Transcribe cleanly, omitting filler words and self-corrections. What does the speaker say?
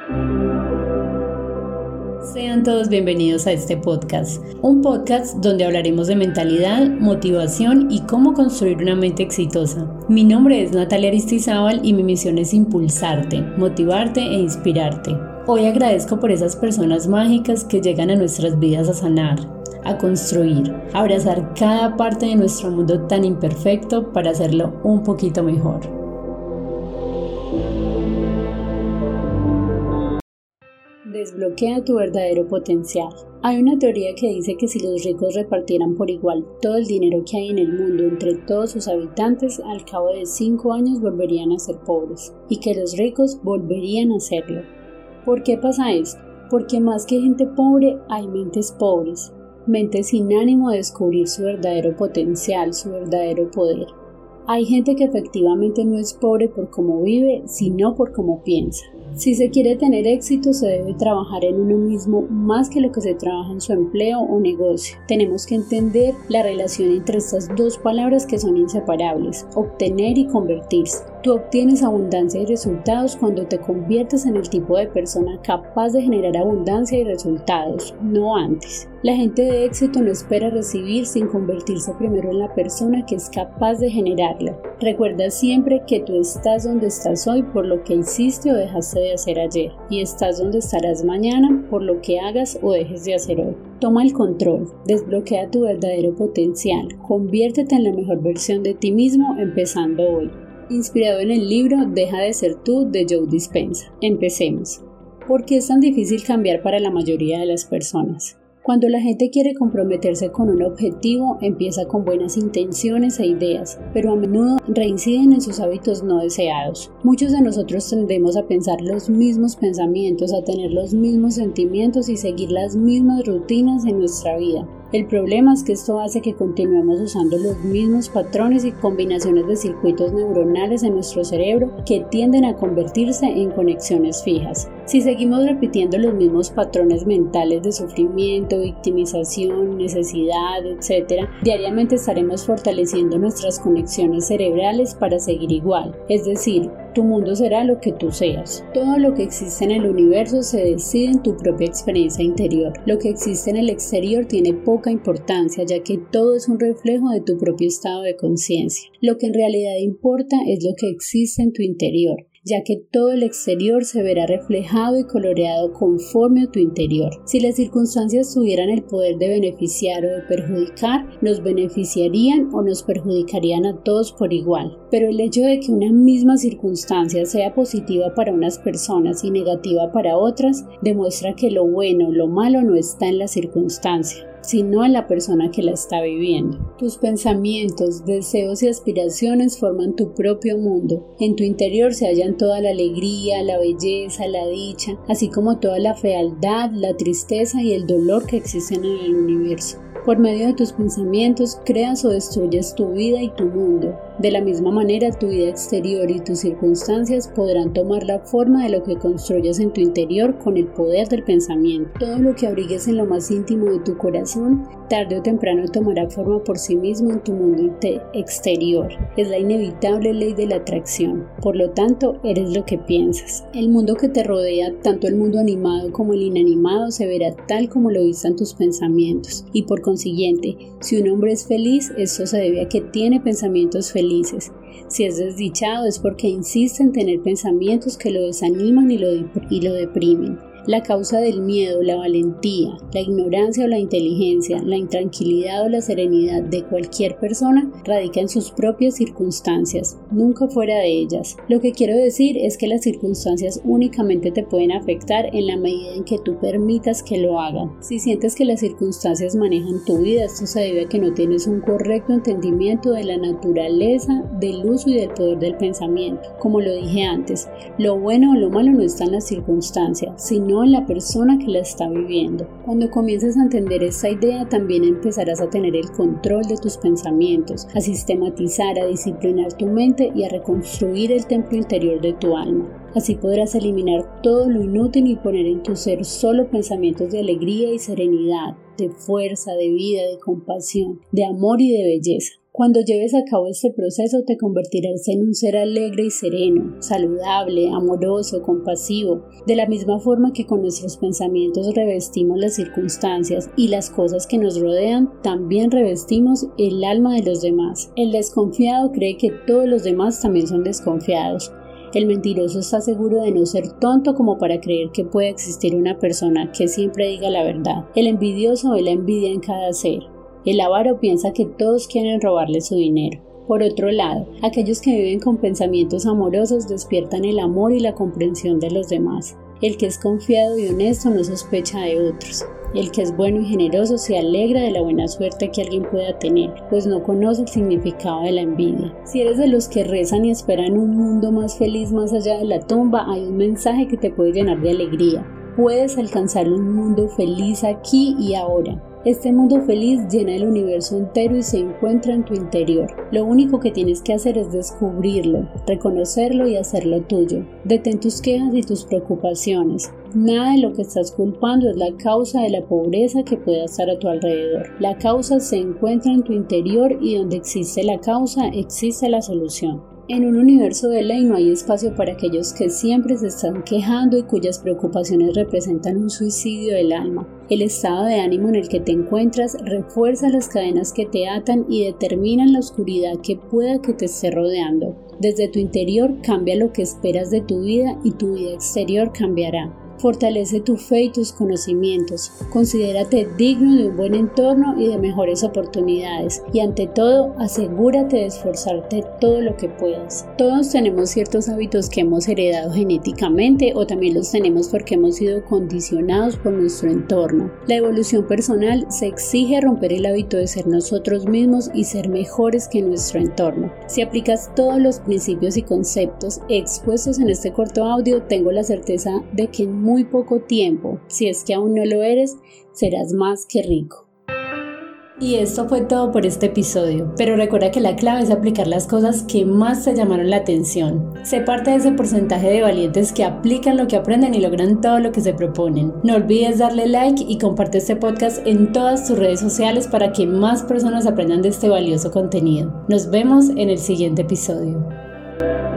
Sean todos bienvenidos a este podcast, un podcast donde hablaremos de mentalidad, motivación y cómo construir una mente exitosa. Mi nombre es Natalia Aristizábal y mi misión es impulsarte, motivarte e inspirarte. Hoy agradezco por esas personas mágicas que llegan a nuestras vidas a sanar, a construir, a abrazar cada parte de nuestro mundo tan imperfecto para hacerlo un poquito mejor. Desbloquea tu verdadero potencial. Hay una teoría que dice que si los ricos repartieran por igual todo el dinero que hay en el mundo entre todos sus habitantes, al cabo de 5 años volverían a ser pobres, y que los ricos volverían a serlo. ¿Por qué pasa esto? Porque más que gente pobre, hay mentes pobres, mentes sin ánimo de descubrir su verdadero potencial, su verdadero poder. Hay gente que efectivamente no es pobre por cómo vive, sino por cómo piensa. Si se quiere tener éxito, se debe trabajar en uno mismo más que lo que se trabaja en su empleo o negocio. Tenemos que entender la relación entre estas dos palabras que son inseparables: obtener y convertirse. Tú obtienes abundancia y resultados cuando te conviertes en el tipo de persona capaz de generar abundancia y resultados, no antes. La gente de éxito no espera recibir sin convertirse primero en la persona que es capaz de generarla. Recuerda siempre que tú estás donde estás hoy por lo que hiciste o dejaste de hacer ayer, y estás donde estarás mañana por lo que hagas o dejes de hacer hoy. Toma el control, desbloquea tu verdadero potencial, conviértete en la mejor versión de ti mismo empezando hoy. Inspirado en el libro Deja de ser tú de Joe Dispenza. Empecemos. ¿Por qué es tan difícil cambiar para la mayoría de las personas? Cuando la gente quiere comprometerse con un objetivo, empieza con buenas intenciones e ideas, pero a menudo reinciden en sus hábitos no deseados. Muchos de nosotros tendemos a pensar los mismos pensamientos, a tener los mismos sentimientos y seguir las mismas rutinas en nuestra vida. El problema es que esto hace que continuemos usando los mismos patrones y combinaciones de circuitos neuronales en nuestro cerebro que tienden a convertirse en conexiones fijas. Si seguimos repitiendo los mismos patrones mentales de sufrimiento, victimización, necesidad, etc., diariamente estaremos fortaleciendo nuestras conexiones cerebrales para seguir igual. Es decir, tu mundo será lo que tú seas. Todo lo que existe en el universo se decide en tu propia experiencia interior. Lo que existe en el exterior tiene poca importancia, ya que todo es un reflejo de tu propio estado de conciencia. Lo que en realidad importa es lo que existe en tu interior, ya que todo el exterior se verá reflejado y coloreado conforme a tu interior. Si las circunstancias tuvieran el poder de beneficiar o de perjudicar, nos beneficiarían o nos perjudicarían a todos por igual. Pero el hecho de que una misma circunstancia sea positiva para unas personas y negativa para otras, demuestra que lo bueno o lo malo no está en la circunstancia, sino en la persona que la está viviendo. Tus pensamientos, deseos y aspiraciones forman tu propio mundo. En tu interior se hallan toda la alegría, la belleza, la dicha, así como toda la fealdad, la tristeza y el dolor que existen en el universo. Por medio de tus pensamientos, creas o destruyes tu vida y tu mundo. De la misma manera, tu vida exterior y tus circunstancias podrán tomar la forma de lo que construyes en tu interior con el poder del pensamiento. Todo lo que abrigues en lo más íntimo de tu corazón, tarde o temprano tomará forma por sí mismo en tu mundo exterior. Es la inevitable ley de la atracción. Por lo tanto, eres lo que piensas. El mundo que te rodea, tanto el mundo animado como el inanimado, se verá tal como lo dictan tus pensamientos. Y por consiguiente, si un hombre es feliz, esto se debe a que tiene pensamientos felices. Si es desdichado, es porque insiste en tener pensamientos que lo desaniman y lo deprimen. La causa del miedo, la valentía, la ignorancia o la inteligencia, la intranquilidad o la serenidad de cualquier persona radica en sus propias circunstancias, nunca fuera de ellas. Lo que quiero decir es que las circunstancias únicamente te pueden afectar en la medida en que tú permitas que lo hagan. Si sientes que las circunstancias manejan tu vida, esto se debe a que no tienes un correcto entendimiento de la naturaleza, del uso y del poder del pensamiento. Como lo dije antes, lo bueno o lo malo no está en las circunstancias, sino en la persona que la está viviendo. Cuando comiences a entender esta idea, también empezarás a tener el control de tus pensamientos, a sistematizar, a disciplinar tu mente y a reconstruir el templo interior de tu alma. Así podrás eliminar todo lo inútil y poner en tu ser solo pensamientos de alegría y serenidad, de fuerza, de vida, de compasión, de amor y de belleza. Cuando lleves a cabo este proceso te convertirás en un ser alegre y sereno, saludable, amoroso, compasivo, de la misma forma que con nuestros pensamientos revestimos las circunstancias y las cosas que nos rodean, también revestimos el alma de los demás. El desconfiado cree que todos los demás también son desconfiados. El mentiroso está seguro de no ser tonto como para creer que puede existir una persona que siempre diga la verdad. El envidioso ve la envidia en cada ser. El avaro piensa que todos quieren robarle su dinero. Por otro lado, aquellos que viven con pensamientos amorosos despiertan el amor y la comprensión de los demás. El que es confiado y honesto no sospecha de otros. El que es bueno y generoso se alegra de la buena suerte que alguien pueda tener, pues no conoce el significado de la envidia. Si eres de los que rezan y esperan un mundo más feliz más allá de la tumba, hay un mensaje que te puede llenar de alegría. Puedes alcanzar un mundo feliz aquí y ahora. Este mundo feliz llena el universo entero y se encuentra en tu interior. Lo único que tienes que hacer es descubrirlo, reconocerlo y hacerlo tuyo. Detén tus quejas y tus preocupaciones. Nada de lo que estás culpando es la causa de la pobreza que pueda estar a tu alrededor. La causa se encuentra en tu interior y donde existe la causa, existe la solución. En un universo de ley no hay espacio para aquellos que siempre se están quejando y cuyas preocupaciones representan un suicidio del alma. El estado de ánimo en el que te encuentras refuerza las cadenas que te atan y determinan la oscuridad que pueda que te esté rodeando. Desde tu interior cambia lo que esperas de tu vida y tu vida exterior cambiará. Fortalece tu fe y tus conocimientos. Considérate digno de un buen entorno y de mejores oportunidades. Y ante todo, asegúrate de esforzarte todo lo que puedas. Todos tenemos ciertos hábitos que hemos heredado genéticamente o también los tenemos porque hemos sido condicionados por nuestro entorno. La evolución personal se exige romper el hábito de ser nosotros mismos y ser mejores que nuestro entorno. Si aplicas todos los principios y conceptos expuestos en este corto audio, tengo la certeza de que en muy poco tiempo, si es que aún no lo eres, serás más que rico. Y esto fue todo por este episodio, pero recuerda que la clave es aplicar las cosas que más te llamaron la atención. Sé parte de ese porcentaje de valientes que aplican lo que aprenden y logran todo lo que se proponen. No olvides darle like y comparte este podcast en todas tus redes sociales para que más personas aprendan de este valioso contenido. Nos vemos en el siguiente episodio.